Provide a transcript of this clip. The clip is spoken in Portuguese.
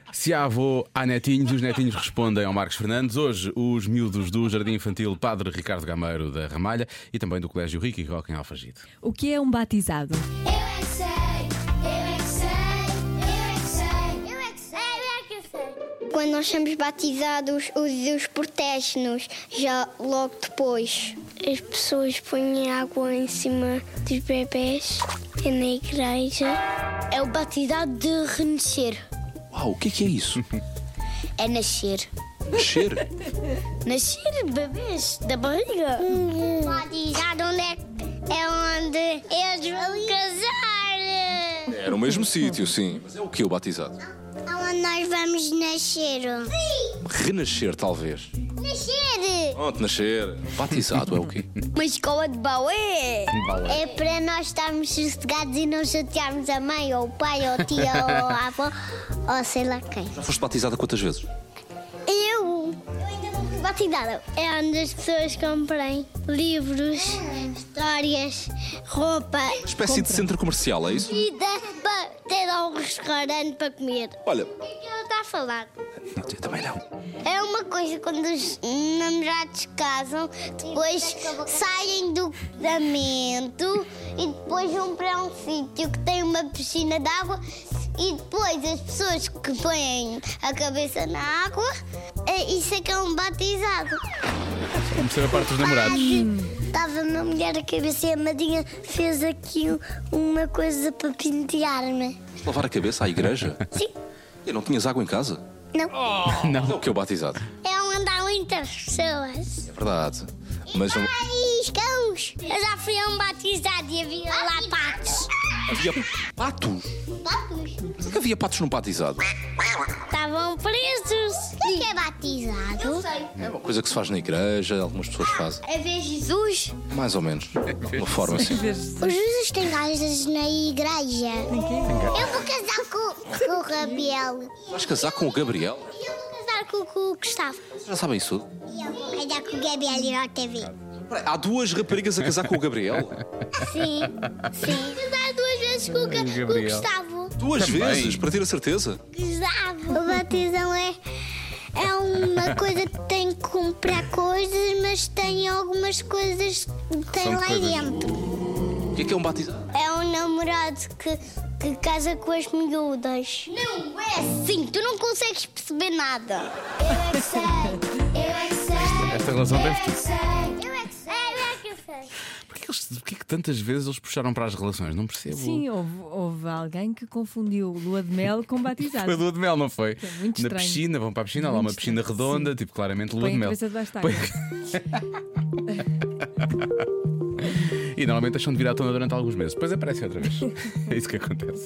Se há avô, há netinhos e os netinhos respondem ao Marcos Fernandes. Hoje, os miúdos do Jardim Infantil Padre Ricardo Gameiro da Ramalha e também do Colégio Ricky Roque em Alfragide. O que é um batizado? Eu é que sei, eu é que sei, eu é que sei, eu é que sei, eu é que sei. Quando nós somos batizados, o Deus protege-nos já logo depois. As pessoas põem água em cima dos bebés, é na igreja. É o batizado de renascer. Uau, o que é isso? É nascer. Nascer? Nascer bebês da barriga. Batizado é onde eles vão casar. É no mesmo sítio, sim. Mas é o que o batizado? É onde nós vamos nascer. Sim! Renascer, talvez. Nascer! Pronto, nascer. Batizado é o quê? Uma escola de balé. É para nós estarmos sossegados e não chatearmos a mãe, ou o pai, ou a tia, ou a avó, ou sei lá quem. Já foste batizada quantas vezes? Eu ainda não fui batizada. É onde as pessoas comprem livros, histórias, roupa, Espécie de centro comercial, é isso? comida para ter lá um restaurante para comer. Olha, O que é que ela está a falar? não, eu também não. É uma coisa quando os namorados casam, depois saem do casamento e depois vão para um sítio que tem uma piscina de água e depois as pessoas que põem a cabeça na água, isso é que é um batizado. Como percebe a parte dos namorados. Estava uma mulher a cabeça e a madrinha fez aqui uma coisa para pentear-me. Vamos lavar a cabeça à igreja? Sim, E não tinhas água em casa? não. É o que é o batizado? É onde há muitas pessoas. É verdade. Mas não... Ai, cães! Eu já fui a um batizado e havia lá patos. havia patos? Patos? Por que havia patos no batizado? Estavam presos. O que é batizado? Eu sei. É uma coisa que se faz na igreja, algumas pessoas fazem. É ver Jesus? Mais ou menos. De uma forma assim. O Jesus tem casas na igreja. Eu vou casar com o Gabriel. Vais casar com o Gabriel? E eu vou casar com o Gustavo. Vocês já sabem isso? E eu vou casar com o Gabriel e na TV. Espera aí, há duas raparigas a casar com o Gabriel? Sim, sim. Casar duas vezes com o Gabriel. Gustavo. Duas Também. vezes, para ter a certeza? Gustavo. O batizão é uma coisa que tem que comprar coisas, mas tem algumas coisas que tem São lá coisas. dentro. O que é um batizado? É um namorado que casa com as miúdas. Não é assim, tu não consegues perceber nada. Eu é que sei, eu é que sei. Esta relação tem futuro. Eu é que sei, eu é que sei. Porquê que tantas vezes eles puxaram para as relações? Não percebo. Sim, houve alguém que confundiu lua de mel com batizado. Foi a lua de mel, não foi? É muito Na estranho. piscina, vão para a piscina, há lá uma Muito piscina estranho, redonda, sim. tipo claramente lua Põe de a mel. cabeça debaixo da água. E normalmente deixam de virar à tona durante alguns meses. Depois aparece outra vez. É isso que acontece.